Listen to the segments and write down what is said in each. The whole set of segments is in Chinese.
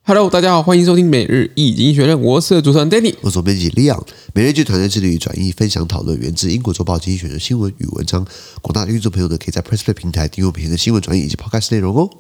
Hello， 大家好，欢迎收听每日易经学人，我是主持人 Danny， 我是总编辑 Leon。每日剧团队致力于转译、分享、讨论源自英国周报经济学人新闻与文章。广大运作朋友呢，可以在 PressPlay 平台订阅每天的新闻转译以及 Podcast 内容哦。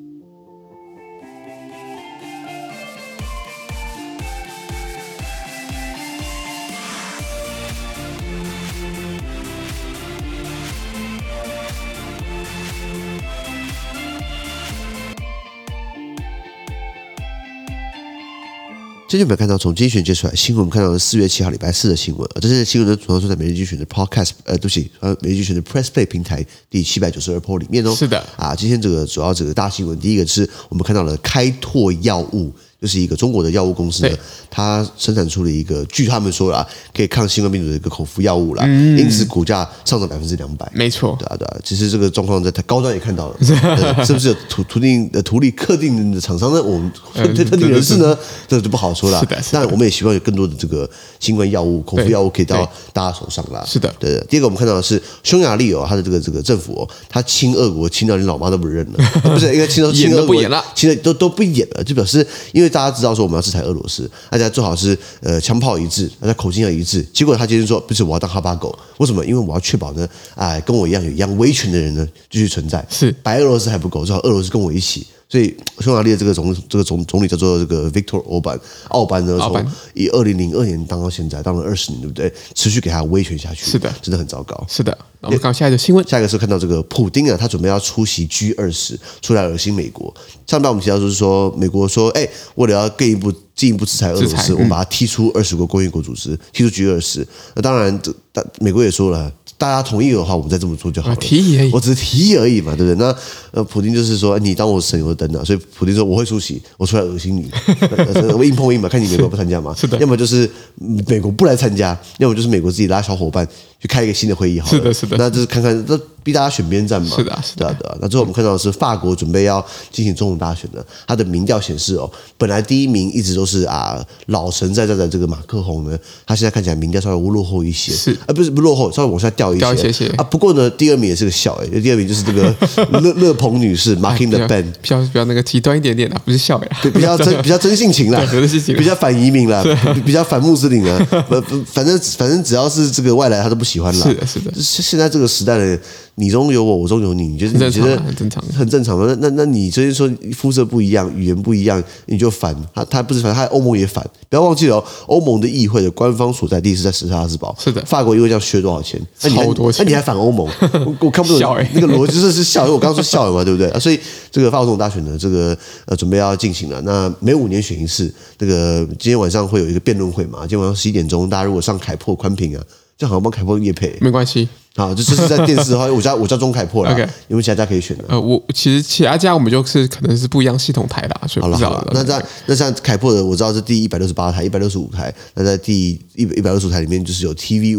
今天我们看到从精选接出来新闻，我们看到4月7号礼拜四的新闻。这些新闻呢，主要是在每日精选的 Podcast，对不起，每日精选的 PressPlay 平台第792波里面哦。 是的啊，今天主要大新闻，第一个是我们看到了开拓药物。就是一个中国的药物公司呢，它生产出了一个，据他们说啦，可以抗新冠病毒的一个口服药物啦，因此股价上涨200%。 没错， 对啊。其实这个状况在高端也看到了，是不是有图利特定的厂商呢？我们特定人士呢，这就不好说了。 是的。 但我们也希望有更多的这个新冠药物、口服药物可以到大家手上啦。 是的， 对。第二个我们看到的是匈牙利它的这个政府它亲俄国亲到连老妈都不认了，不是应该亲俄国，亲的都不演了，就表示因为大家知道说我们要制裁俄罗斯，大家最好是枪炮一致，大家口径要一致。结果他今天说不是，我要当哈巴狗，为什么？因为我要确保呢，跟我一样有一样威权的人呢继续存在。 是白俄罗斯还不够，最好俄罗斯跟我一起。所以匈牙利的这个总理叫做这个 Viktor Orban， 奥班呢从2002年当到现在，当了20年，对不对？持续给他威权下去， 是的， 真的很糟糕。 是的。我们看下一个新闻， 下一个是看到这个普丁他准备要出席 G20， 出来恶心美国。上半我们提到就是说，美国说，为了要进一步制裁俄罗斯，我们把它踢出20个工业国组织，踢出 G20。那当然，美国也说了，大家同意的话，我们再这么做就好了。 提议而已， 我只是提议而已嘛，对不对？那普丁就是说，你当我省油的灯啊，所以普丁说我会出席，我出来恶心你，我硬碰硬嘛，看你美国不参加嘛。 是的。 要么就是美国不来参加，要么就是美国自己拉小伙伴去开一个新的会议好了。 是的。 那就是看看，这逼大家选边站嘛。 是的。 对啊。那最后我们看到的是法国准备要进行总统大选了，他的民调显示本来第一名一直都是老神在在的这个马克宏呢，他现在看起来民调稍微落后一些， 是不落后，稍微往下掉一些啊。不过呢，第二名也是个笑第二名就是这个勒庞女士 Marine Le Pen， 比较那个极端一点点的，不是笑呀， 对，比较真性情啦，比较反移民啦，比较反穆斯林啦，反正只要是这个外来他都不喜欢啦。 是的。 现在这个时代的你中有我，我中有你，你觉得很正常吗？那你昨天说肤色不一样，语言不一样，你就反他不是反，他欧盟也反。不要忘记了欧盟的议会的官方所在地是在史特拉斯堡。 是的。 法国因为这样削多少钱？ 超多钱。 那你还反欧盟？我看不懂那个逻辑，是笑。因为我刚刚说笑嘛，对不对？所以这个法国总统大选呢，这个准备要进行了。那每5年选一次。这个今天晚上会有一个辩论会嘛？今天晚上11点钟，大家如果上凯珀宽屏这样好像帮凯珀业配， 没关系。 好，就是在电视的话，我叫钟凯珀啦。有没有其他家可以选的？ 其实其他家我们就是可能是不一样系统台啦，所以不知道。 好了，那像凯珀的我知道是第168台、165台。那在第165台里面就是有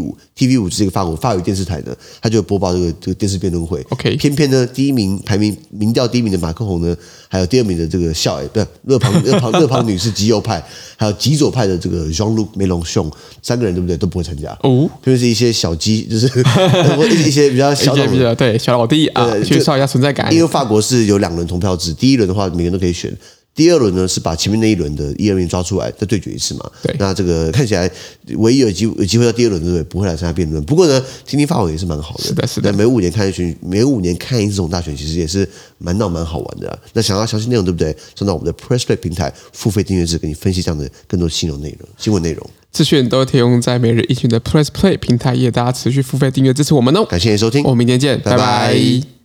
TV5 是一个法语电视台呢，它就播报这个电视辩论会。 OK， 偏偏呢第一名民调第一名的马克宏呢，还有第二名的这个不是勒庞女士极右派，还有极左派的这个 Jean-Luc Mélenchon， 3个人对不对都不会参加哦，特别是一些小鸡，就是。一些比较小老弟去刷一下存在感。 因为法国是有2轮投票制，第1轮的话每个人都可以选，第2轮呢是把前面那1轮的1、2名抓出来再对决一次嘛。 对。 那这个看起来唯一有机会到第2轮，对不对？不会来参加辩论。不过呢，听法文也是蛮好的。 是的。 每5年看一次这种大选，其实也是蛮好玩的。那想要详细内容，对不对？上到我们的 PressPlay 平台付费订阅制，给你分析这样的更多新闻内容。 资讯都提供在每日一群的 PressPlay 平台，也大家持续付费订阅支持我们哦。 感谢你收听， 我们明天见，拜拜。